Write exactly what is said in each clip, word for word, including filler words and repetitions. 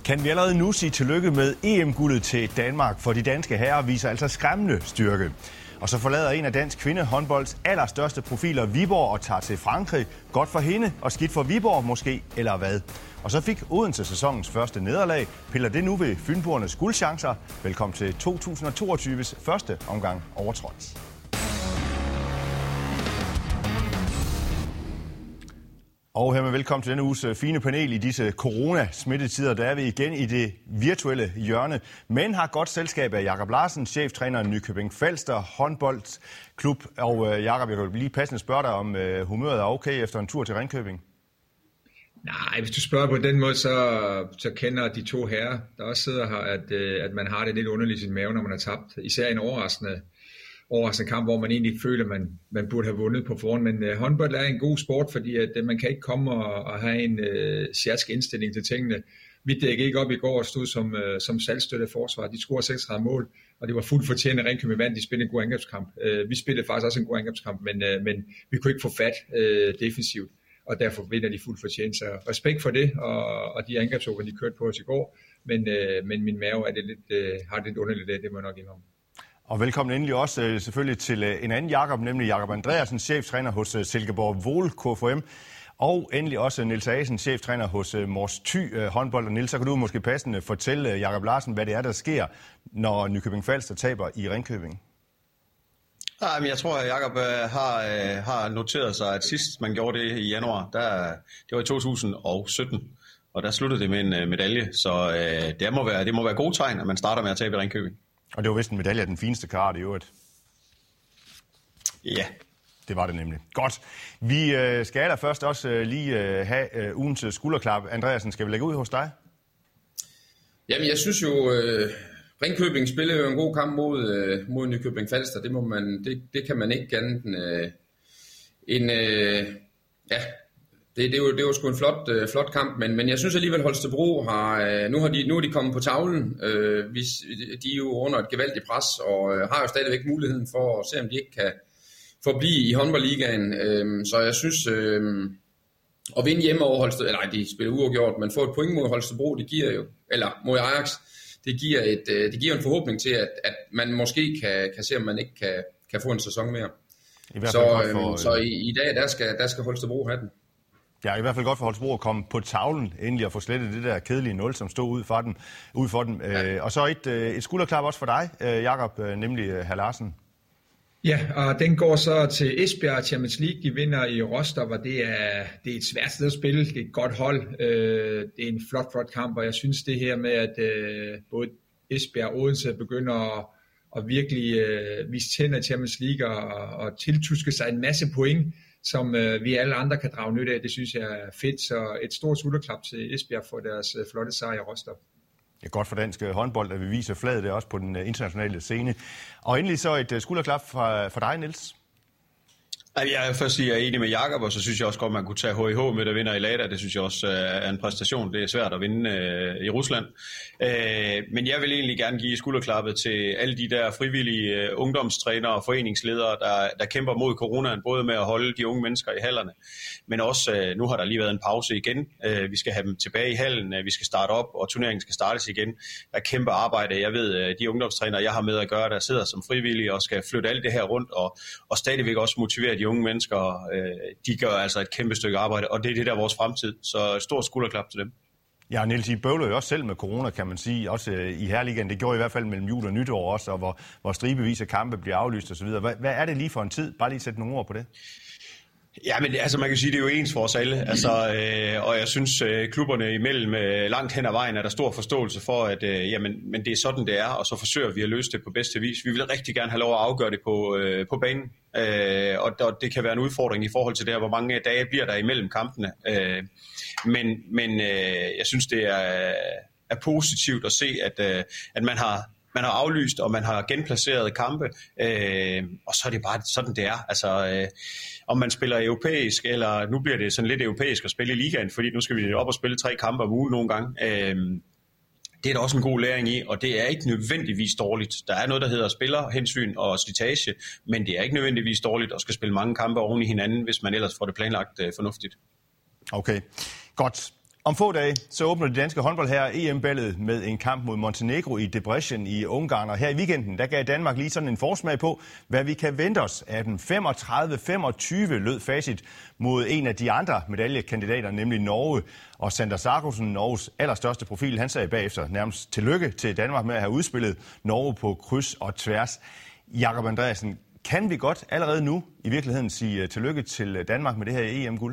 Kan vi allerede nu sige tillykke med E M-guldet til Danmark, for de danske herrer viser altså skræmmende styrke. Og så forlader en af dansk kvindehåndbolds allerstørste profiler Viborg og tager til Frankrig. Godt for hende og skidt for Viborg måske, eller hvad? Og så fik Odense sæsonens første nederlag. Piller det nu ved fynboernes guldchancer? Velkommen til to tusind og toogtyves første omgang overtrådt. Og hermed velkommen til denne uges fine panel i disse corona-smittetider. Der er vi igen i det virtuelle hjørne, men har godt selskab af Jakob Larsen, cheftræner i Nykøbing Falster håndboldklub. Og Jakob, jeg kan lige passende spørge dig, om humøret er okay efter en tur til Ringkøbing? Nej, hvis du spørger på den måde, så, så kender de to herrer, der også sidder her, at, at man har det lidt underligt i sin mave, når man har tabt. Især en overraskende overraskende kamp, hvor man egentlig føler, at man, man burde have vundet på forhånd. Men uh, håndbold er en god sport, fordi at, uh, man kan ikke komme og, og have en uh, sjatsk indstilling til tingene. Vi dækkede ikke op i går og stod som, uh, som salgstøtte forsvar. De scorede seksogtredive mål, og det var fuldt fortjent, at Ringkøbing vandt. De spillede en god angrebskamp. Uh, vi spillede faktisk også en god angrebskamp, men, uh, men vi kunne ikke få fat uh, defensivt, og derfor vinder de fuldt fortjent. Så respekt for det, og, og de angrebsåber, de kørte på os i går. Men, uh, men min mave er det lidt, uh, har det lidt underligt, det må jeg nok indrømme. Og velkommen endelig også selvfølgelig til en anden Jakob, nemlig Jakob Andreasen, cheftræner hos Silkeborg Vol K F M. Og endelig også Niels Asen, cheftræner hos Mors Thy håndbold. Og Niels, så kan du måske passende fortælle Jakob Larsen, hvad det er, der sker, når Nykøbing Falster taber i Ringkøbing. Ja, men jeg tror, at Jakob har, har noteret sig, at sidst man gjorde det i januar, der, det var i to tusind og sytten. Og der sluttede det med en medalje, så det må være, det må være gode tegn, at man starter med at tabe i Ringkøbing. Og det var vist en medalje af den fineste karate i øvrigt. Ja. Det var det nemlig. Godt. Vi øh, skal allerførst også øh, lige øh, have øh, ugens skulderklap. Andreasen, skal vi lægge ud hos dig? Jamen, jeg synes jo, øh, Ringkøbing spillede jo en god kamp mod, øh, mod Nykøbing Falster. Det, må man, det, det kan man ikke andet end øh, en... Øh, ja... Det, det, var, det var sgu en flot, øh, flot kamp, men, men jeg synes alligevel, Holstebro har, øh, nu, har de, nu er de kommet på tavlen. Øh, hvis, de er jo under et gevaldigt pres, og øh, har jo stadigvæk muligheden for at se, om de ikke kan forblive i håndboldligaen. Øh, så jeg synes, øh, at vinde hjemme over Holstebro, eller nej, de spiller uafgjort, men få et point mod Holstebro, det giver jo, eller mod Ajax, det giver, et, øh, det giver en forhåbning til, at, at man måske kan, kan se, om man ikke kan, kan få en sæson mere. I hvert fald så øh, for, så i, i dag, der skal, der skal Holstebro have den. Ja, i hvert fald godt for Holstebro at komme på tavlen endelig og få slettet det der kedelige nul, som stod ud for dem. Ud for dem. Ja. Øh, og så et, et skulderklap også for dig, Jakob, nemlig hr. Larsen. Ja, og den går så til Esbjerg Champions League. De vinder i Rostock, og det er, det er et svært sted at spille. Det er et godt hold. Øh, det er en flot, flot kamp, og jeg synes det her med, at øh, både Esbjerg og Odense begynder at, at virkelig øh, vise tænder i Champions League og, og tiltuske sig en masse point, som øh, vi alle andre kan drage nyt af. Det synes jeg er fedt, så et stort skulderklap til Esbjerg for deres øh, flotte sejr i Rostock. Det er godt for dansk håndbold, at vi viser flaget der også på den uh, internationale scene. Og endelig så et uh, skulderklap for, for dig, Niels. Jeg vil først sige, at jeg er enig med Jakob, og så synes jeg også godt, at man kunne tage H I H med, der vinder i Lada. Det synes jeg også er en præstation. Det er svært at vinde øh, i Rusland. Øh, men jeg vil egentlig gerne give skulderklappet til alle de der frivillige øh, ungdomstrænere og foreningsledere, der, der kæmper mod coronaen, både med at holde de unge mennesker i hallerne, men også, øh, nu har der lige været en pause igen. Øh, vi skal have dem tilbage i hallen, øh, vi skal starte op, og turneringen skal startes igen. Der er kæmpe arbejde. Jeg ved, øh, de ungdomstrænere, jeg har med at gøre, der sidder som frivillige og skal flytte alt det her rundt, og, og stadigvæk også motivere de unge mennesker, øh, de gør altså et kæmpe stykke arbejde, og det er det der vores fremtid. Så stort skulderklap til dem. Ja, Niels, I bøvler jo også selv med corona, kan man sige, også i Herligaen. Det gjorde I hvert fald mellem jul og nytår også, og hvor, hvor stribevis af kampe bliver aflyst osv. Hvad, hvad er det lige for en tid? Bare lige sætte nogle ord på det. Ja, men altså man kan sige, det er jo ens for os alle, altså, øh, og jeg synes, øh, klubberne imellem øh, langt hen ad vejen er der stor forståelse for, at øh, jamen, men det er sådan, det er, og så forsøger vi at løse det på bedste vis. Vi vil rigtig gerne have lov at afgøre det på, øh, på banen, øh, og, og det kan være en udfordring i forhold til det her, hvor mange dage bliver der imellem kampene. Øh, men men øh, jeg synes, det er, er positivt at se, at, øh, at man har Man har aflyst, og man har genplaceret kampe, øh, og så er det bare sådan, det er. Altså, øh, om man spiller europæisk, eller nu bliver det sådan lidt europæisk at spille i ligaen, fordi nu skal vi op og spille tre kampe om ugen nogle gange. Øh, det er der også en god læring i, og det er ikke nødvendigvis dårligt. Der er noget, der hedder spillerhensyn og slitage, men det er ikke nødvendigvis dårligt at skal spille mange kampe oven i hinanden, hvis man ellers får det planlagt øh, fornuftigt. Okay, godt. Om få dage så åbner de danske håndboldherrer E M-ballet med en kamp mod Montenegro i Debrecen i Ungarn. Og her i weekenden, der gav Danmark lige sådan en forsmag på, hvad vi kan vente os af dem. femogtredive femogtyve lød facit mod en af de andre medaljekandidater, nemlig Norge. Og Sander Sargosen, Norges allerstørste profil, han sagde bagefter nærmest tillykke til Danmark med at have udspillet Norge på kryds og tværs. Jakob Andreasen, kan vi godt allerede nu i virkeligheden sige tillykke til Danmark med det her E M-guld?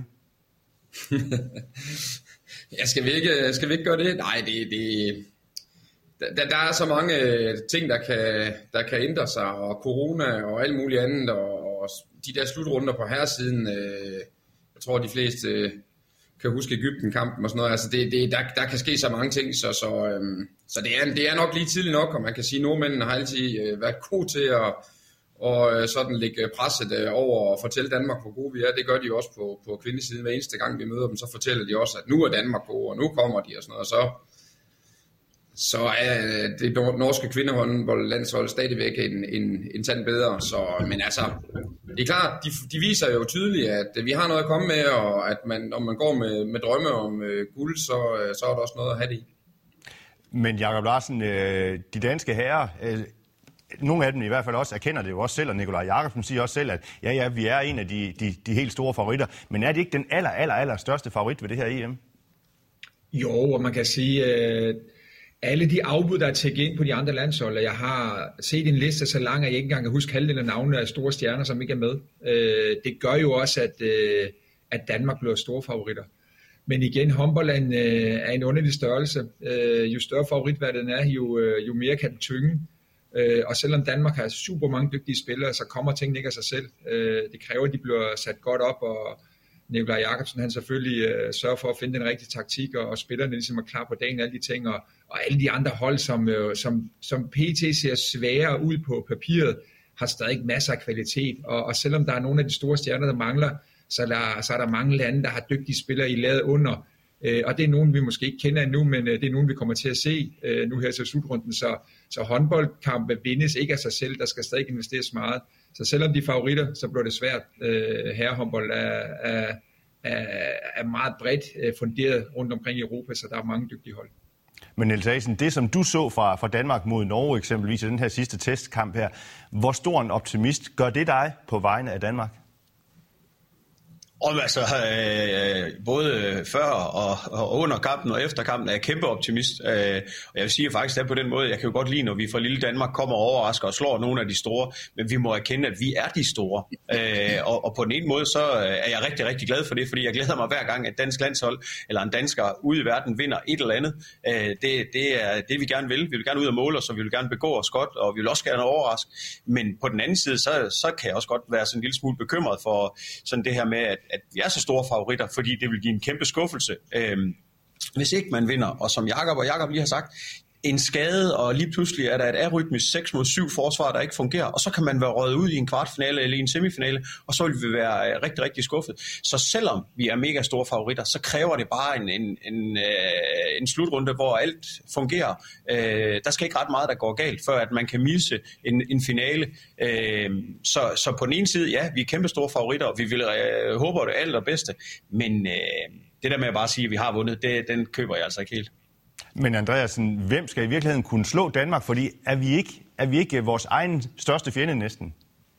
Ja, skal vi ikke, skal vi ikke gøre det? Nej, det, det, der, der er så mange ting, der kan, der kan ændre sig, og corona og alt muligt andet, og, og de der slutrunder på herresiden, øh, jeg tror, de fleste øh, kan huske Egypten-kampen og sådan noget, altså det, det, der, der kan ske så mange ting, så, så, øh, så det, er, det er nok lige tidligt nok, og man kan sige, at nordmændene har altid øh, været gode til at og sådan lægge presset over og fortælle Danmark, hvor gode vi er. Det gør de jo også på, på kvindesiden. Hver eneste gang vi møder dem, så fortæller de også, at nu er Danmark gode, og nu kommer de og sådan noget. Og så, så er det norske kvindehåndboldlandshold stadigvæk en, en, en tand bedre. Så, men altså, det er klart, de, de viser jo tydeligt, at vi har noget at komme med, og at man, når man går med, med drømme om uh, guld, så, så er der også noget at have det i. Men Jakob Larsen, øh, de danske herrer, øh, nogle af dem i hvert fald også erkender det jo også selv, og Nikolaj Jakobsen siger også selv, at ja, ja, vi er en af de, de, de helt store favoritter. Men er det ikke den aller, aller, aller største favorit ved det her E M? Jo, og man kan sige, at alle de afbud, der er tækket ind på de andre landshold, jeg har set en liste så lang, at jeg ikke engang kan huske halvdelen af navnene af store stjerner, som ikke er med. Det gør jo også, at, at Danmark bliver store favoritter. Men igen, håndbold er en, er en underlig størrelse. Jo større favoritverden er, jo, jo mere kan den tynge. Øh, og selvom Danmark har super mange dygtige spillere, så kommer tingene ikke af sig selv. Øh, det kræver, at de bliver sat godt op, og Nikolaj Jakobsen han selvfølgelig øh, sørger for at finde den rigtige taktik, og, og spillerne ligesom er klar på dagen, alle de ting, og, og alle de andre hold, som, øh, som, som P T ser svære ud på papiret, har stadig masser af kvalitet. Og, og selvom der er nogle af de store stjerner, der mangler, så er der, så er der mange lande, der har dygtige spillere i laget under. Øh, og det er nogen, vi måske ikke kender endnu, men øh, det er nogen, vi kommer til at se øh, nu her til slutrunden. Så Så håndboldkampe vindes ikke af sig selv, der skal stadig investeres meget. Så selvom de er favoritter, så bliver det svært. Herrehåndbold er, er, er meget bredt funderet rundt omkring i Europa, så der er mange dygtige hold. Men Niels Asen, det som du så fra, fra Danmark mod Norge eksempelvis i den her sidste testkamp her, hvor stor en optimist gør det dig på vegne af Danmark? Og altså, øh, både før og, og under kampen og efter kampen er jeg kæmpe optimist. Øh, og jeg vil sige faktisk, at på den måde, jeg kan jo godt lide, når vi fra lille Danmark kommer og overrasker og slår nogle af de store, men vi må erkende, at vi er de store. Øh, og, og på den ene måde, så er jeg rigtig, rigtig glad for det, fordi jeg glæder mig hver gang, at dansk landshold eller en dansker ude i verden vinder et eller andet. Øh, det, det er det, vi gerne vil. Vi vil gerne ud og måle os, og vi vil gerne begå os godt, og vi vil også gerne overraske. Men på den anden side, så, så kan jeg også godt være sådan en lille smule bekymret for sådan det her med, at at vi er så store favoritter, fordi det vil give en kæmpe skuffelse, øhm, hvis ikke man vinder. Og som Jakob og Jakob lige har sagt, en skade, og lige pludselig er der et arytmisk seks mod syv forsvar, der ikke fungerer, og så kan man være røget ud i en kvartfinale eller i en semifinale, og så vil vi være rigtig, rigtig skuffet. Så selvom vi er mega store favoritter, så kræver det bare en, en, en, en slutrunde, hvor alt fungerer. Øh, der skal ikke ret meget, der går galt, før at man kan misse en, en finale. Øh, så, så på den ene side, ja, vi er kæmpe store favoritter, og vi vil øh, håber det allerbedste, men øh, det der med at bare sige, at vi har vundet, det, den køber jeg altså ikke helt. Men Andreasen, hvem skal i virkeligheden kunne slå Danmark? Fordi er vi ikke, er vi ikke vores egen største fjende næsten?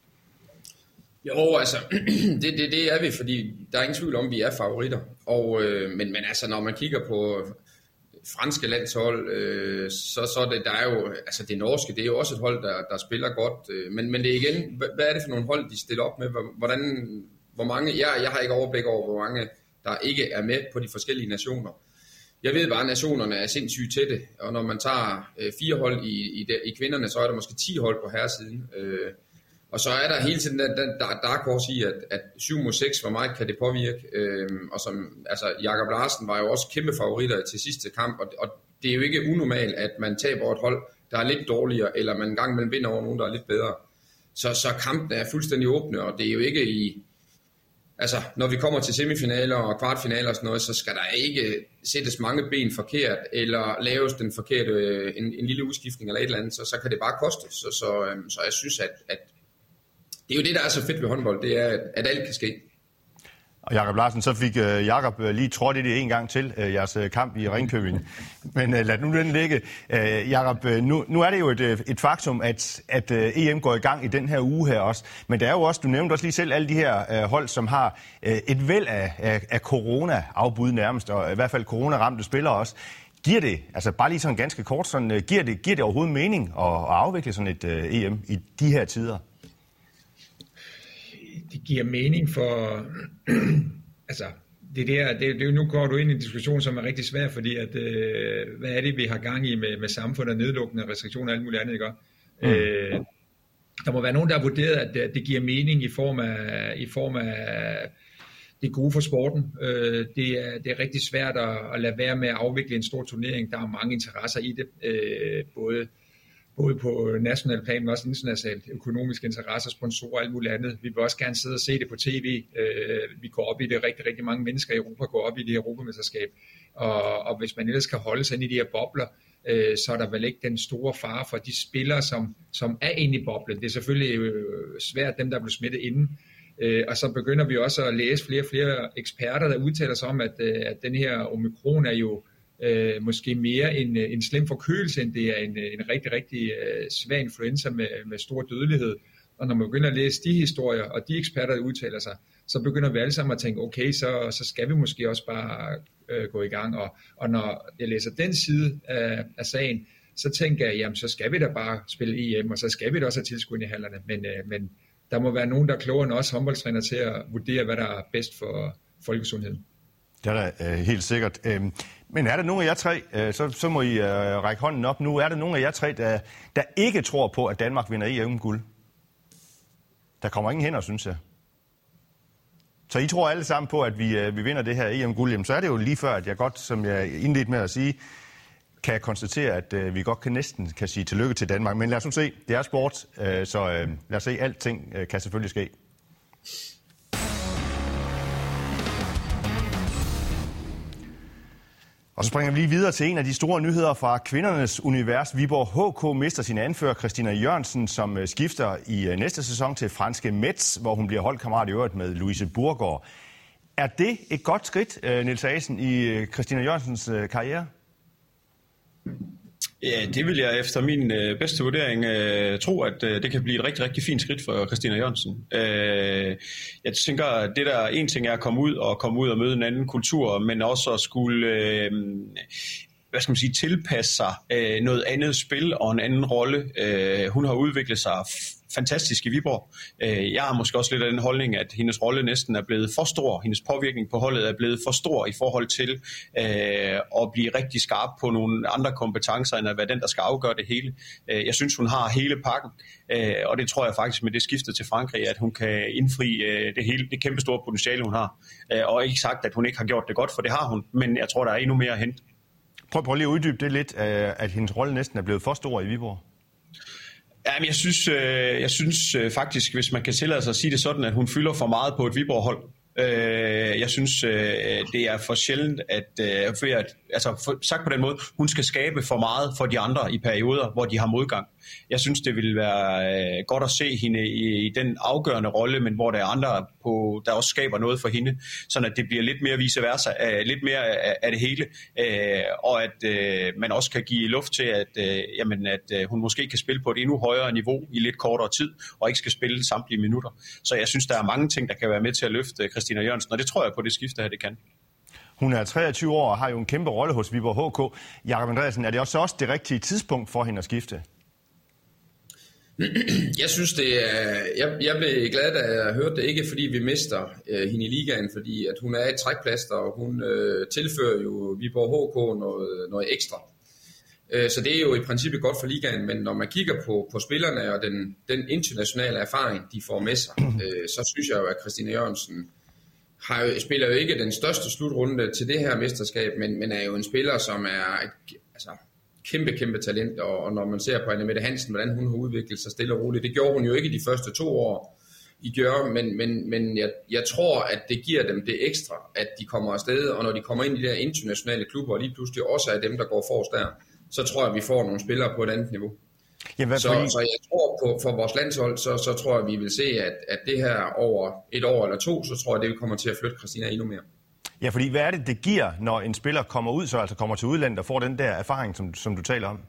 Jo, altså, det, det, det er vi, fordi der er ingen tvivl om, at vi er favoritter. Og, øh, men, men altså, når man kigger på franske landshold, øh, så, så er det, der er jo, altså det norske, det er jo også et hold, der, der spiller godt. Øh, men, men det er igen, hvad er det for nogle hold, de stiller op med? Hvordan, hvor mange, jeg, jeg har ikke overblik over, hvor mange, der ikke er med på de forskellige nationer. Jeg ved bare, at nationerne er sindssygt tætte, og når man tager øh, fire hold i, i, i kvinderne, så er der måske ti hold på herresiden. Øh, og så er der hele tiden den, den der dark horse i, at, at syv mod seks, hvor meget kan det påvirke. Øh, og som, altså, Jakob Larsen var jo også kæmpe favoritter til sidste kamp, og, og det er jo ikke unormalt, at man taber et hold, der er lidt dårligere, eller man en gang imellem vinder over nogen, der er lidt bedre. Så, så kampen er fuldstændig åbne, og det er jo ikke i... Altså, når vi kommer til semifinaler og kvartfinaler og sådan noget, så skal der ikke sættes mange ben forkert, eller laves den forkerte, en, en lille udskiftning eller et eller andet, så, så kan det bare koste. Så, så, så jeg synes, at, at det er jo det, der er så fedt ved håndbold, det er, at, at alt kan ske. Og Jakob Larsen, så fik uh, Jakob uh, lige trådt i det en gang til, uh, jeres uh, kamp i Ringkøbing. Men uh, lad nu den ligge. Uh, Jakob, uh, nu, nu er det jo et, et faktum, at, at uh, E M går i gang i den her uge her også. Men der er jo også, du nævnte også lige selv, alle de her uh, hold, som har uh, et væld af, af, af corona-afbud nærmest, og i hvert fald corona-ramte spillere også. Giver det, altså bare lige sådan ganske kort, sådan, uh, giver, det, giver det overhovedet mening at, at afvikle sådan et uh, E M i de her tider? Det giver mening for, altså, det der, det, det, nu går du ind i en diskussion, som er rigtig svær, fordi at, øh, hvad er det, vi har gang i med, med samfundet og nedlukkende restriktioner og alt muligt andet, ikke? Mm. Øh, der må være nogen, der har vurderet, at det, det giver mening i form af, i form af det gode for sporten. Øh, det, er, det er rigtig svært at, at lade være med at afvikle en stor turnering. Der er mange interesser i det, øh, både både på national plan, men også internationalt, økonomiske interesser, sponsorer og alt muligt andet. Vi vil også gerne sidde og se det på tv. Vi går op i det, rigtig, rigtig mange mennesker i Europa går op i det her europamesterskab. Og, og hvis man ellers kan holde sig ind i de her bobler, så er der vel ikke den store fare for de spillere, som, som er inde i boblen. Det er selvfølgelig svært, dem der er blevet smittet inden. Og så begynder vi også at læse flere og flere eksperter, der udtaler sig om, at, at den her omikron er jo Øh, måske mere en, en slem forkølelse, end det er en, en rigtig, rigtig øh, svær influenza med, med stor dødelighed. Og når man begynder at læse de historier, og de eksperter, der udtaler sig, så begynder vi alle sammen at tænke, okay, så, så skal vi måske også bare øh, gå i gang. Og, og når jeg læser den side af, af sagen, så tænker jeg, jamen så skal vi da bare spille E M, og så skal vi da også have tilskuerne i hallerne. Men, øh, men der må være nogen, der er klogere end os håndboldtræner til at vurdere, hvad der er bedst for folkesundheden. Det er da øh, helt sikkert. Øhm, men er der nogen af jer tre, øh, så, så må I øh, række hånden op nu, er der nogen af jer tre, der, der ikke tror på, at Danmark vinder E M-guld? Der kommer ingen hænder, synes jeg. Så I tror alle sammen på, at vi, øh, vi vinder det her E M-guld. Jamen, så er det jo lige før, at jeg godt, som jeg indledte med at sige, kan konstatere, at øh, vi godt kan næsten kan sige tillykke til Danmark. Men lad os nu se, det er sport, øh, så øh, lad os se, alting øh, kan selvfølgelig ske. Og så springer vi lige videre til en af de store nyheder fra kvindernes univers. Viborg H K mister sin anfører Christina Jørgensen, som skifter i næste sæson til franske Metz, hvor hun bliver holdkammerat i øvrigt med Louise Burgård. Er det et godt skridt, Niels Asen, i Christina Jørgensens karriere? Ja, det vil jeg efter min øh, bedste vurdering øh, tro, at øh, det kan blive et rigtig, rigtig fint skridt for Christina Jørgensen. Øh, jeg tænker, at det der en ting er at komme ud og komme ud og møde en anden kultur, men også at skulle øh, hvad skal man sige, tilpasse sig øh, noget andet spil og en anden rolle. Øh, hun har udviklet sig fantastisk i Viborg. Jeg har måske også lidt af den holdning, at hendes rolle næsten er blevet for stor. Hendes påvirkning på holdet er blevet for stor i forhold til øh, at blive rigtig skarp på nogle andre kompetencer, end at være den, der skal afgøre det hele. Jeg synes, hun har hele pakken, øh, og det tror jeg faktisk med det skiftet til Frankrig, at hun kan indfri øh, det hele, det kæmpe store potentiale, hun har. Og ikke sagt, at hun ikke har gjort det godt, for det har hun, men jeg tror, der er endnu mere at hente. Prøv, prøv lige at uddybe det lidt, at hendes rolle næsten er blevet for stor i Viborg. Jamen, jeg synes, øh, jeg synes øh, faktisk, hvis man kan tillade sig at sige det sådan, at hun fylder for meget på et Viborg-hold. Øh, jeg synes, øh, det er for sjældent, at, øh, for at altså for, sagt på den måde, hun skal skabe for meget for de andre i perioder, hvor de har modgang. Jeg synes, det ville være øh, godt at se hende i, i den afgørende rolle, men hvor der er andre, på, der også skaber noget for hende, sådan at det bliver lidt mere vice versa, øh, lidt mere af, af det hele, øh, og at øh, man også kan give luft til, at, øh, jamen, at øh, hun måske kan spille på et endnu højere niveau i lidt kortere tid, og ikke skal spille samtlige minutter. Så jeg synes, der er mange ting, der kan være med til at løfte Christina Jørgensen, og det tror jeg på det skifte her, det kan. Hun er treogtyve år og har jo en kæmpe rolle hos Viborg H K. Jakob Andreasen, er det også, også det rigtige tidspunkt for hende at skifte? Jeg synes, det er... Jeg, jeg blev glad, da jeg hørte det. Ikke fordi vi mister øh, hende i ligaen, fordi at hun er et trækplaster, og hun øh, tilfører jo Viborg H K noget, noget ekstra. Øh, så det er jo i princippet godt for ligaen, men når man kigger på, på spillerne og den, den internationale erfaring, de får med sig, øh, så synes jeg jo, at Christina Jørgensen har jo, spiller jo ikke den største slutrunde til det her mesterskab, men, men er jo en spiller, som er et altså, kæmpe, kæmpe talent, og, og når man ser på Anne Mette Hansen, hvordan hun har udviklet sig stille og roligt, det gjorde hun jo ikke de første to år i Gjør, men, men, men jeg, jeg tror, at det giver dem det ekstra, at de kommer afsted, og når de kommer ind i de der internationale klubber, og lige pludselig også er dem, der går forrest der, så tror jeg, at vi får nogle spillere på et andet niveau. Ja, hvad, så, fordi... så jeg tror på for vores landshold, så, så tror jeg, vi vil se, at, at det her over et år eller to, så tror jeg, det vi kommer til at flytte Christina endnu mere. Ja, fordi hvad er det, det giver, når en spiller kommer ud, så altså kommer til udlandet og får den der erfaring, som, som du taler om?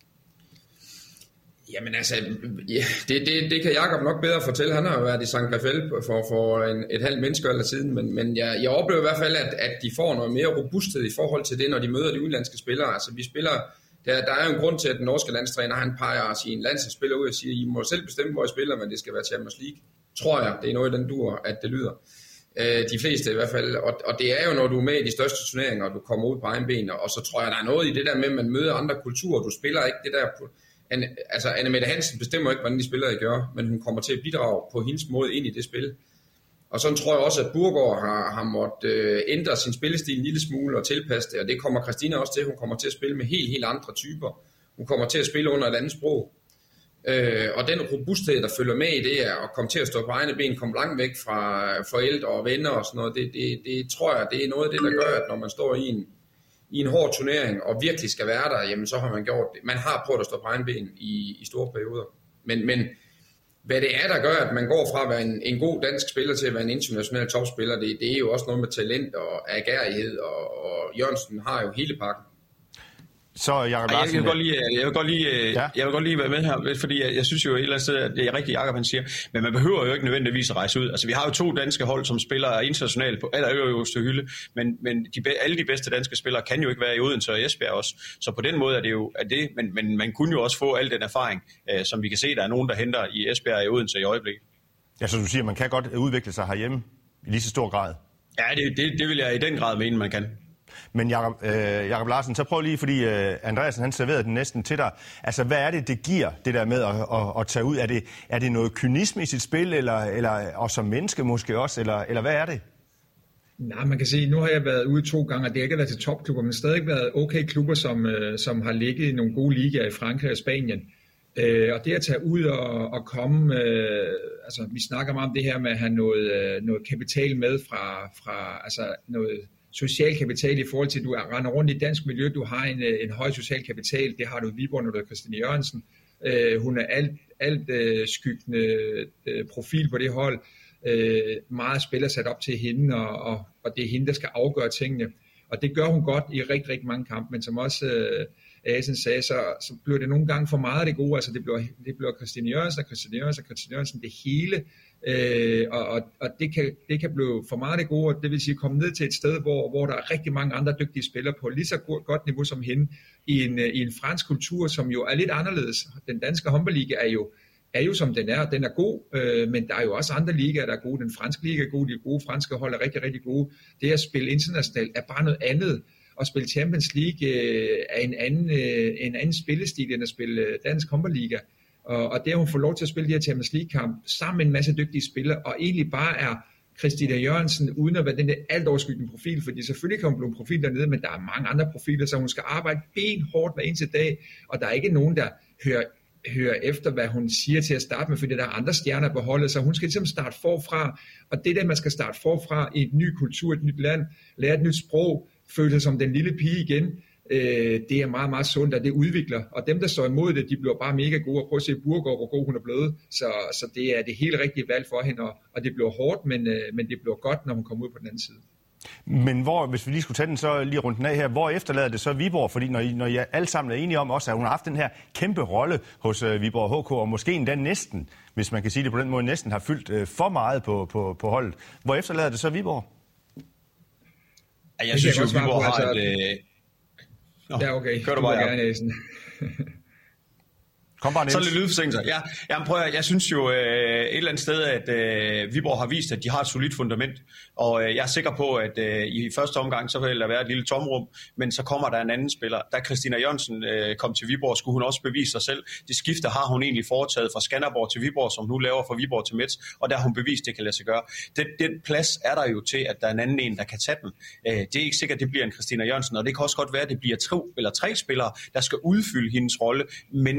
Jamen altså, ja, det, det, det kan Jakob nok bedre fortælle. Han har jo været i Sankt Rafael for, for en, et halvt menneske eller siden, men, men jeg, jeg oplever i hvert fald, at, at de får noget mere robusthed i forhold til det, når de møder de udenlandske spillere. Altså vi spiller, der, der er jo en grund til, at den norske landstræner, han peger sine landsholdsspillere ud og siger, I må selv bestemme, hvor I spiller, men det skal være Champions League. Tror jeg, det er noget i den dur, at det lyder. De fleste i hvert fald, og, og det er jo, når du er med i de største turneringer, og du kommer ud på egen ben, og så tror jeg, der er noget i det der med, at man møder andre kulturer. Du spiller ikke det der på... Anne, altså Anne-Mette Hansen bestemmer ikke, hvordan de spillere gør, men hun kommer til at bidrage på hendes måde ind i det spil. Og sådan tror jeg også, at Burgård har, har måttet øh, ændre sin spillestil en lille smule og tilpasse det, og det kommer Christina også til. Hun kommer til at spille med helt, helt andre typer. Hun kommer til at spille under et andet sprog. Øh, og den robusthed, der følger med i det, er at komme til at stå på egne ben, komme langt væk fra forældre og venner og sådan noget, det, det, det tror jeg, det er noget af det, der gør, at når man står i en i en hård turnering, og virkelig skal være der, jamen så har man gjort det. Man har prøvet at stå på egen ben i, i store perioder. Men, men hvad det er, der gør, at man går fra at være en, en god dansk spiller til at være en international topspiller, det, det er jo også noget med talent og agerighed, og, og Jørgensen har jo hele pakken. Så Jakob Larsen, jeg, vil godt lige, jeg, vil godt lige, ja. jeg vil godt lige være med her, fordi jeg, jeg synes jo et eller andet sted, at det er rigtigt, Jakob han siger, men man behøver jo ikke nødvendigvis at rejse ud. Altså vi har jo to danske hold, som spiller internationalt på allerøverste hylde, men, men de, alle de bedste danske spillere kan jo ikke være i Odense og Esbjerg også. Så på den måde er det jo er det, men, men man kunne jo også få al den erfaring, øh, som vi kan se, der er nogen, der henter i Esbjerg og i Odense i øjeblikket. Ja, så du siger, man kan godt udvikle sig herhjemme i lige så stor grad? Ja, det, det, det vil jeg i den grad mene, man kan. Men Jakob, øh, Jakob Larsen, så prøv lige, fordi øh, Andreasen han serverede den næsten til dig. Altså, hvad er det, det giver, det der med at, at, at tage ud? Er det, er det noget kynisme i sit spil, eller, eller og som menneske måske også, eller, eller hvad er det? Nej, man kan sige, nu har jeg været ude to gange, og det har ikke været til topklubber, men stadig været okay klubber, som, som har ligget i nogle gode ligaer i Frankrig og Spanien. Øh, og det at tage ud og, og komme, øh, altså vi snakker meget om det her med at have noget, noget kapital med fra, fra altså noget social kapital i forhold til, at du render rundt i dansk miljø, du har en, en høj social kapital, det har du i Viborg, når du er Christina Jørgensen. Øh, hun er alt, alt øh, skyggende øh, profil på det hold. Øh, meget spiller sat op til hende, og, og, og det er hende, der skal afgøre tingene. Og det gør hun godt i rigtig, rigtig mange kampe, men som også øh, Asen sagde, så, så bliver det nogle gange for meget af det gode. Altså det bliver, det bliver Christina Jørgensen og Christina Jørgensen og Christina Jørgensen, det hele. Øh, og og, og det, kan, det kan blive for meget af det gode, og det vil sige komme ned til et sted, hvor, hvor der er rigtig mange andre dygtige spillere på lige så godt niveau som hende, i en, i en fransk kultur, som jo er lidt anderledes. Den danske håndboldliga er jo er jo som den er, den er god, øh, men der er jo også andre ligaer, der er gode. Den franske liga er god, de gode franske hold er rigtig, rigtig gode. Det at spille internationalt er bare noget andet. At spille Champions League øh, er en anden, øh, en anden spillestil, end at spille dansk håndboldliga. Og, og det at hun får lov til at spille de her Champions League-kamp sammen med en masse dygtige spillere, og egentlig bare er Christina Jørgensen, uden at være den der alt overskyggende profil, fordi selvfølgelig kan hun blive en profil dernede, men der er mange andre profiler, så hun skal arbejde benhårdt hver eneste dag, og der er ikke nogen, der hører hører efter, hvad hun siger til at starte med, fordi der er andre stjerner på holdet, så hun skal ligesom starte forfra, og det der, man skal starte forfra i et ny kultur, et nyt land, lære et nyt sprog, føle sig som den lille pige igen, øh, det er meget, meget sundt, og det udvikler, og dem, der står imod det, de bliver bare mega gode, og prøv at se Burgård, hvor god hun er blevet, så, så det er det helt rigtige valg for hende, og, og det bliver hårdt, men, øh, men det bliver godt, når hun kommer ud på den anden side. Men hvor, hvis vi lige skulle tage den så lige rundt den af her, hvor efterlader det så Viborg? Fordi når I, når I alle sammen er enige om også, at hun har haft den her kæmpe rolle hos uh, Viborg H K, og måske endda næsten, hvis man kan sige det på den måde, næsten har fyldt uh, for meget på, på, på holdet. Hvor efterlader det så Viborg? Ja, jeg synes jo, at Viborg har et... Øh... Nå, ja, okay. Kør du bare, ja. Kom bare, Niels. Så er det lydforsinkelser. Ja, jamen prøv at, jeg synes jo øh, et eller andet sted, at øh, Viborg har vist, at de har et solidt fundament. Og øh, jeg er sikker på, at øh, i første omgang, så vil der være et lille tomrum, men så kommer der en anden spiller. Da Christina Jørgensen øh, kom til Viborg, skulle hun også bevise sig selv. Det skifte har hun egentlig foretaget fra Skanderborg til Viborg, som nu laver fra Viborg til Metz, og der har hun bevist, det kan lade sig gøre. Den, den plads er der jo til, at der er en anden en, der kan tage den. Øh, det er ikke sikkert, at det bliver en Christina Jørgensen, og det kan også godt være, at det bliver to eller tre spillere, der skal udfylde hendes rolle, men i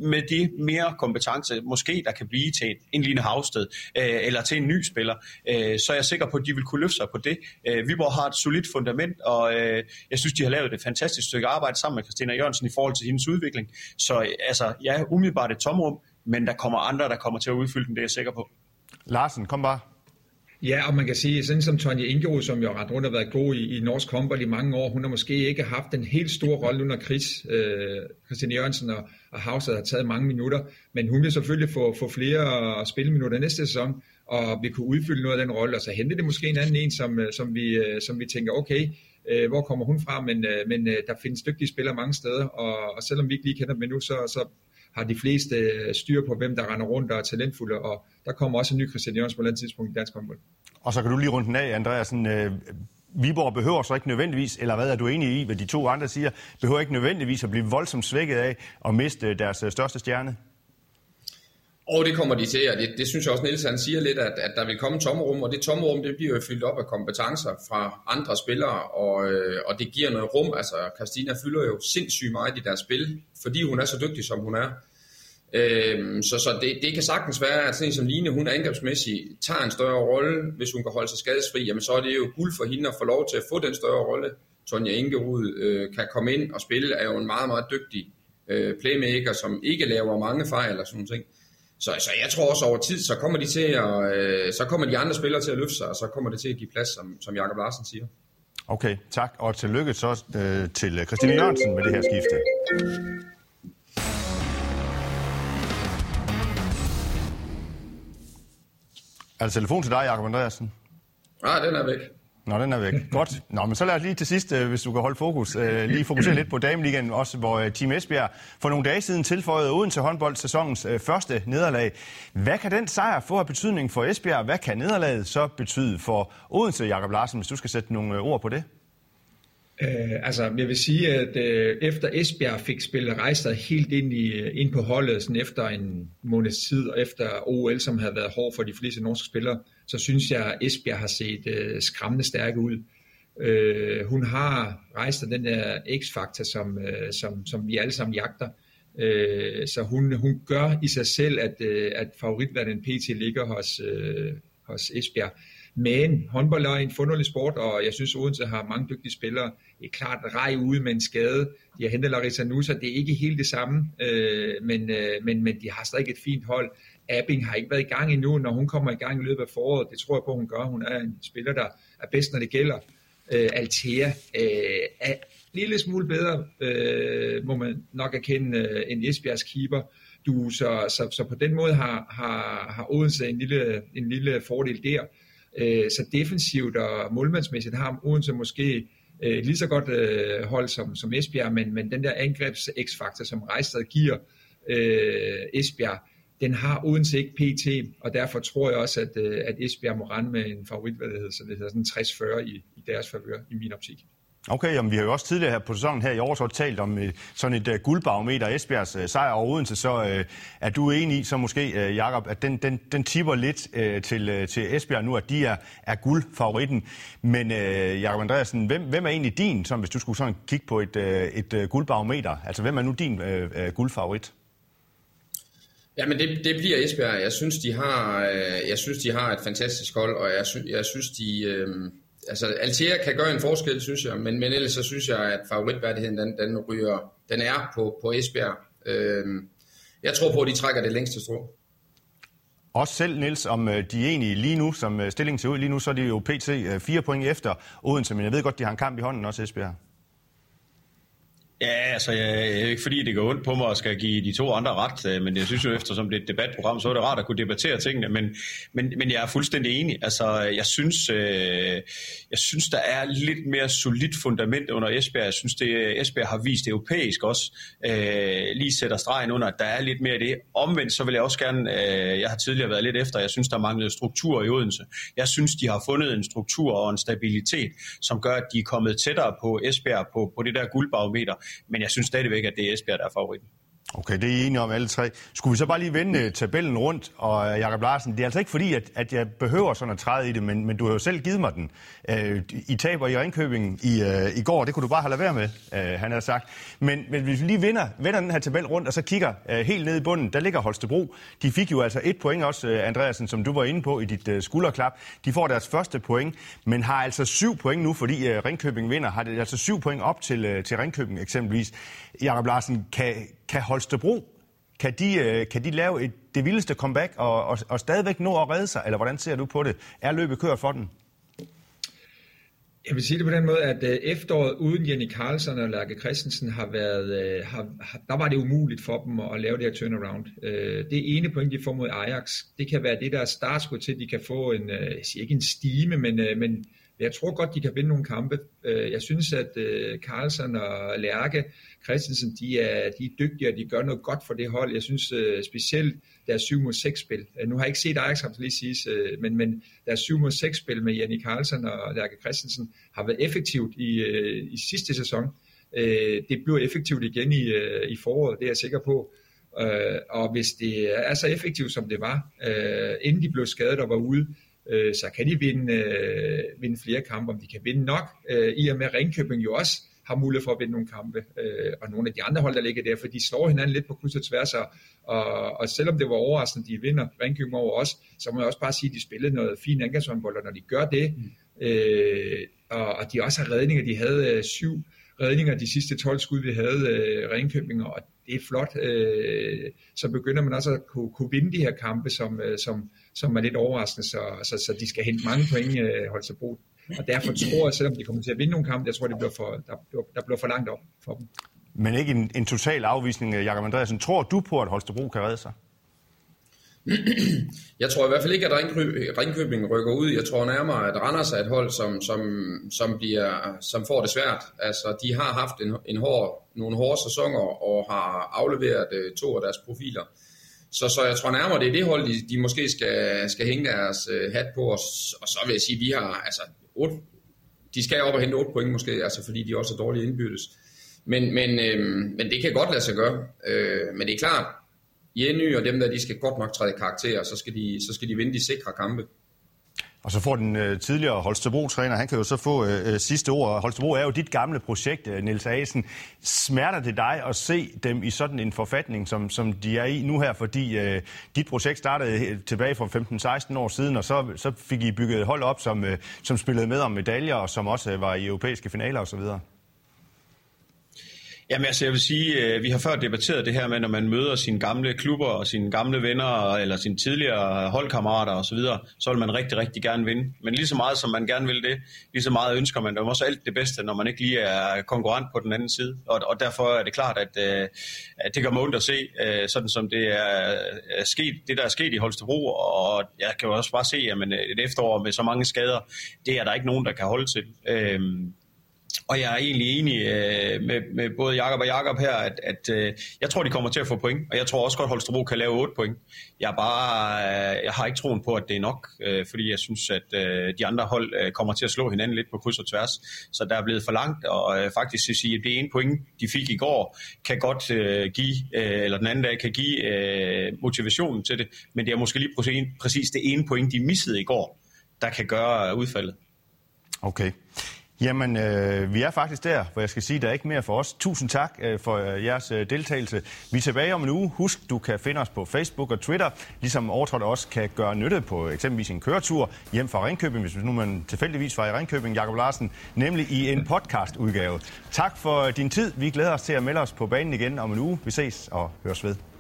med de mere kompetencer, måske der kan blive til en lignende Havsted, øh, eller til en ny spiller, øh, så er jeg sikker på, at de vil kunne løfte sig på det. Øh, Viborg har et solidt fundament, og øh, jeg synes, de har lavet et fantastisk stykke arbejde sammen med Christina Jørgensen i forhold til hendes udvikling. Så øh, altså, ja, umiddelbart et tomrum, men der kommer andre, der kommer til at udfylde den, det er jeg sikker på. Larsen, kom bare. Ja, og man kan sige, sådan som Tonje Ingerud, som jo ret rundt har været god i, i norsk håndbold i mange år, hun har måske ikke haft en helt stor rolle under Chris, øh, Christian Jørgensen og, og Havsted har taget mange minutter, men hun vil selvfølgelig få, få flere spilleminutter næste sæson, og vi kunne udfylde noget af den rolle, og så hente det måske en anden en, som, som, vi, som vi tænker, okay, øh, hvor kommer hun fra, men, øh, men øh, der findes dygtige spillere mange steder, og, og selvom vi ikke lige kender dem endnu, så, så har de fleste styr på, hvem der render rundt og er talentfulde, og der kommer også en ny Christian Jørgensen på et eller andet tidspunkt i dansk håndbold. Og så kan du lige runde den af, Andreasen. Øh, Viborg behøver så ikke nødvendigvis, eller hvad er du enig i, hvad de to andre siger, behøver ikke nødvendigvis at blive voldsomt svækket af at miste deres største stjerne? Og det kommer de til, og det, det synes jeg også, Niels han siger lidt, at, at der vil komme tomrum, og det tomrum, det bliver jo fyldt op af kompetencer fra andre spillere, og, øh, og det giver noget rum. Altså, Christina fylder jo sindssygt meget i deres spil, fordi hun er så dygtig, som hun er. Øh, så så det, det kan sagtens være, at sådan som Line, hun angrebsmæssigt tager en større rolle, hvis hun kan holde sig skadesfri, jamen så er det jo guld for hende at få lov til at få den større rolle. Tonje Ingerud øh, kan komme ind og spille, er jo en meget, meget dygtig øh, playmaker, som ikke laver mange fejl og sådan ting. Så, så jeg tror også over tid, så kommer de til at, øh, så kommer de andre spillere til at løfte sig, og så kommer det til at give plads, som, som Jakob Larsen siger. Okay, tak. Og tillykke så øh, til Christine Jørgensen med det her skifte. Er der telefon til dig, Jakob Andreasen? Nej, den er væk. Nå, den er væk. Godt. Nå, men så lad os lige til sidst, hvis du kan holde fokus, lige fokusere lidt på Dameligaen, også hvor Team Esbjerg for nogle dage siden tilføjede Odense håndbold sæsonens første nederlag. Hvad kan den sejr få af betydning for Esbjerg? Hvad kan nederlaget så betyde for Odense, Jakob Larsen, hvis du skal sætte nogle ord på det? Øh, altså, jeg vil sige, at øh, efter Esbjerg fik spillet Rejstad helt ind, i, ind på holdet, sådan efter en måneds tid, og efter O L, som havde været hård for de fleste norske spillere, så synes jeg, at Esbjerg har set øh, skræmmende stærke ud. Øh, hun har Rejstad den der X-faktor, som, øh, som, som vi alle sammen jagter. Øh, så hun, hun gør i sig selv, at, øh, at favoritværden P T ligger hos, øh, hos Esbjerg. Men håndbold er en forunderlig sport, og jeg synes, Odense har mange dygtige spillere. Det er klart rej ude med en skade. De har hentet Larissa Nusa, det er ikke helt det samme, øh, men, øh, men, men de har stadig et fint hold. Abing har ikke været i gang endnu, når hun kommer i gang i løbet af foråret. Det tror jeg på, hun gør. Hun er en spiller, der er bedst, når det gælder. Øh, Altea øh, er en lille smule bedre, øh, må man nok erkende, øh, end Esbjergs keeper. Du, så, så, så på den måde har, har, har Odense en lille, en lille fordel der. Så defensivt og målmandsmæssigt har Odense måske øh, lige så godt øh, hold som, som Esbjerg, men, men den der angrebs X-faktor, som Rejstad giver øh, Esbjerg, den har Odense ikke pt, og derfor tror jeg også, at, øh, at Esbjerg må rende med en favoritværdighed, så det hedder sådan tres fyrre i, i deres favør, i min optik. Okay, jamen, vi har jo også tidligere her på sæsonen her i år så talt om uh, sådan et uh, guldbarometer, Esbjergs uh, sejr over Odense, så uh, er du enig i, så måske, uh, Jakob, at den, den, den tipper lidt uh, til, uh, til Esbjerg nu, at de er, er guldfavoritten. Men uh, Jakob Andreasen, hvem, hvem er egentlig din, som hvis du skulle sådan kigge på et, uh, et uh, guldbarometer, altså hvem er nu din uh, uh, guldfavorit? Jamen det, det bliver Esbjerg. Jeg synes, de har, uh, jeg synes, de har et fantastisk hold, og jeg, sy- jeg synes, de... Uh, Altså, Altea kan gøre en forskel, synes jeg, men, men ellers så synes jeg, at favoritværdigheden, den, den ryger, den er på, på Esbjerg. Øhm, jeg tror på, at de trækker det længste strå. Også selv, Niels, om de egentlig lige nu, som stillingen ser ud lige nu, så er de jo pt. fire point efter Odense, men jeg ved godt, de har en kamp i hånden også, Esbjerg. Ja, altså, jeg, ikke fordi det går ondt på mig at skal give de to andre ret, men jeg synes jo, eftersom det er et debatprogram, så er det rart at kunne debattere tingene, men, men, men jeg er fuldstændig enig. Altså, jeg synes, øh, jeg synes, der er lidt mere solidt fundament under Esbjerg. Jeg synes, det Esbjerg har vist europæisk også, øh, lige sætter stregen under, at der er lidt mere af det. Omvendt, så vil jeg også gerne, øh, jeg har tidligere været lidt efter, jeg synes, der manglede struktur i Odense. Jeg synes, de har fundet en struktur og en stabilitet, som gør, at de er kommet tættere på Esbjerg på, på det der guldbarometer. Men jeg synes stadigvæk, at det er Esbjerg, der er favoritten. Okay, det er I enige om alle tre. Skulle vi så bare lige vende tabellen rundt, og Jakob Larsen, det er altså ikke fordi, at, at jeg behøver sådan at træde i det, men, men du har jo selv givet mig den. Uh, I taber i Ringkøbing i, uh, i går, det kunne du bare have lade være med, uh, han har sagt. Men, men hvis vi lige vinder, vender den her tabel rundt, og så kigger uh, helt ned i bunden, der ligger Holstebro. De fik jo altså et point også, uh, Andreasen, som du var inde på i dit uh, skulderklap. De får deres første point, men har altså syv point nu, fordi uh, Ringkøbing vinder. Har det altså syv point op til, uh, til Ringkøbing eksempelvis. Jakob Larsen, kan, kan Holstebro, kan de, kan de lave et, det vildeste comeback og, og, og stadigvæk nå at redde sig, eller hvordan ser du på det? Er løbet kørt for den? Jeg vil sige det på den måde, at efteråret uden Jenny Karlsson og Lærke Christensen har været, har, der var det umuligt for dem at lave det her turnaround. Det ene point, de får mod Ajax, det kan være det, der er startskud til, de kan få en, jeg siger ikke en stime, men, men jeg tror godt, de kan vinde nogle kampe. Jeg synes, at Karlsson og Lærke Christensen, de er, de er dygtige, og de gør noget godt for det hold. Jeg synes specielt deres syv mod seks spil. Nu har jeg ikke set Ajax, kan lige siges, men, men deres syv mod seks spil med Jenny Karlsson og Lærke Christensen har været effektivt i, i sidste sæson. Det bliver effektivt igen i, i foråret, det er jeg sikker på. Og hvis det er så effektivt, som det var, inden de blev skadet og var ude, så kan de vinde, øh, vinde flere kampe, om de kan vinde nok, øh, i og med Ringkøbing jo også har mulighed for at vinde nogle kampe, øh, og nogle af de andre hold, der ligger der, for de slår hinanden lidt på kryds og tværs, og, og, og selvom det var overraskende, de vinder Ringkøbing over os, så må jeg også bare sige, at de spillede noget fint angrebshåndbold, og når de gør det, øh, og, og de også har redninger, de havde øh, syv redninger de sidste tolv skud, vi havde øh, Ringkøbing, og det er flot, øh, så begynder man også at kunne, kunne vinde de her kampe, som, øh, som, som er lidt overraskende, så, så, så de skal hente mange point, øh, Holstebro. Og derfor tror jeg, selvom de kommer til at vinde nogle kampe, jeg tror, det bliver for, der, der bliver for langt op for dem. Men ikke en, en total afvisning, Jakob Andreasen. Tror du på, at Holstebro kan redde sig? Jeg tror i hvert fald ikke, at Ringkøbing rykker ud. Jeg tror nærmere, at Randers er et hold, som, som, som, bliver, som får det svært. Altså, de har haft en, en hård, nogle hårde sæsoner og har afleveret uh, to af deres profiler. Så, så jeg tror nærmere, det er det hold, de, de måske skal, skal hænge deres uh, hat på. Og, og så vil jeg sige, at vi har altså otte, de skal op og hente otte point måske, altså fordi de også er dårlige indbyttes. Men, men, øhm, men det kan godt lade sig gøre. Øh, men det er klart, Jenny og dem der, de skal godt nok træde karakter, så skal de, så skal de vinde de sikre kampe. Og så får den øh, tidligere Holstebro-træner, han kan jo så få øh, sidste ord. Holstebro er jo dit gamle projekt, øh, Niels Asen. Smerter det dig at se dem i sådan en forfatning, som, som de er i nu her? Fordi øh, dit projekt startede tilbage for femten seksten år siden, og så, så fik I bygget et hold op, som, øh, som spillede med om medaljer, og som også øh, var i europæiske finaler osv. Jamen altså, jeg vil sige, vi har før debatteret det her med, når man møder sine gamle klubber og sine gamle venner, eller sine tidligere holdkammerater osv., så, så vil man rigtig, rigtig gerne vinde. Men lige så meget som man gerne vil det, lige så meget ønsker man også alt det bedste, når man ikke lige er konkurrent på den anden side. Og, og derfor er det klart, at, at det gør mig ondt at se, sådan som det er sket, det der er sket i Holstebro. Og jeg kan jo også bare se, at et efterår med så mange skader, det er der ikke nogen, der kan holde til. Og jeg er egentlig enig øh, med, med både Jakob og Jakob her, at, at øh, jeg tror, de kommer til at få point, og jeg tror også godt, at Holstebro kan lave otte point. Jeg, er bare, øh, jeg har ikke troen på, at det er nok, øh, fordi jeg synes, at øh, de andre hold øh, kommer til at slå hinanden lidt på kryds og tværs. Så der er blevet for langt, og øh, faktisk at sige, at det ene point, de fik i går, kan godt øh, give, øh, eller den anden dag kan give øh, motivationen til det, men det er måske lige præcis, præcis det ene point, de missede i går, der kan gøre udfaldet. Okay. Jamen, øh, vi er faktisk der, hvor jeg skal sige, at der er ikke mere for os. Tusind tak øh, for øh, jeres øh, deltagelse. Vi er tilbage om en uge. Husk, du kan finde os på Facebook og Twitter, ligesom Overtrådt også kan gøre nytte på eksempelvis en køretur hjem fra Ringkøbing, hvis nu man tilfældigvis var i Ringkøbing, Jakob Larsen, nemlig i en podcastudgave. Tak for din tid. Vi glæder os til at melde os på banen igen om en uge. Vi ses og høres ved.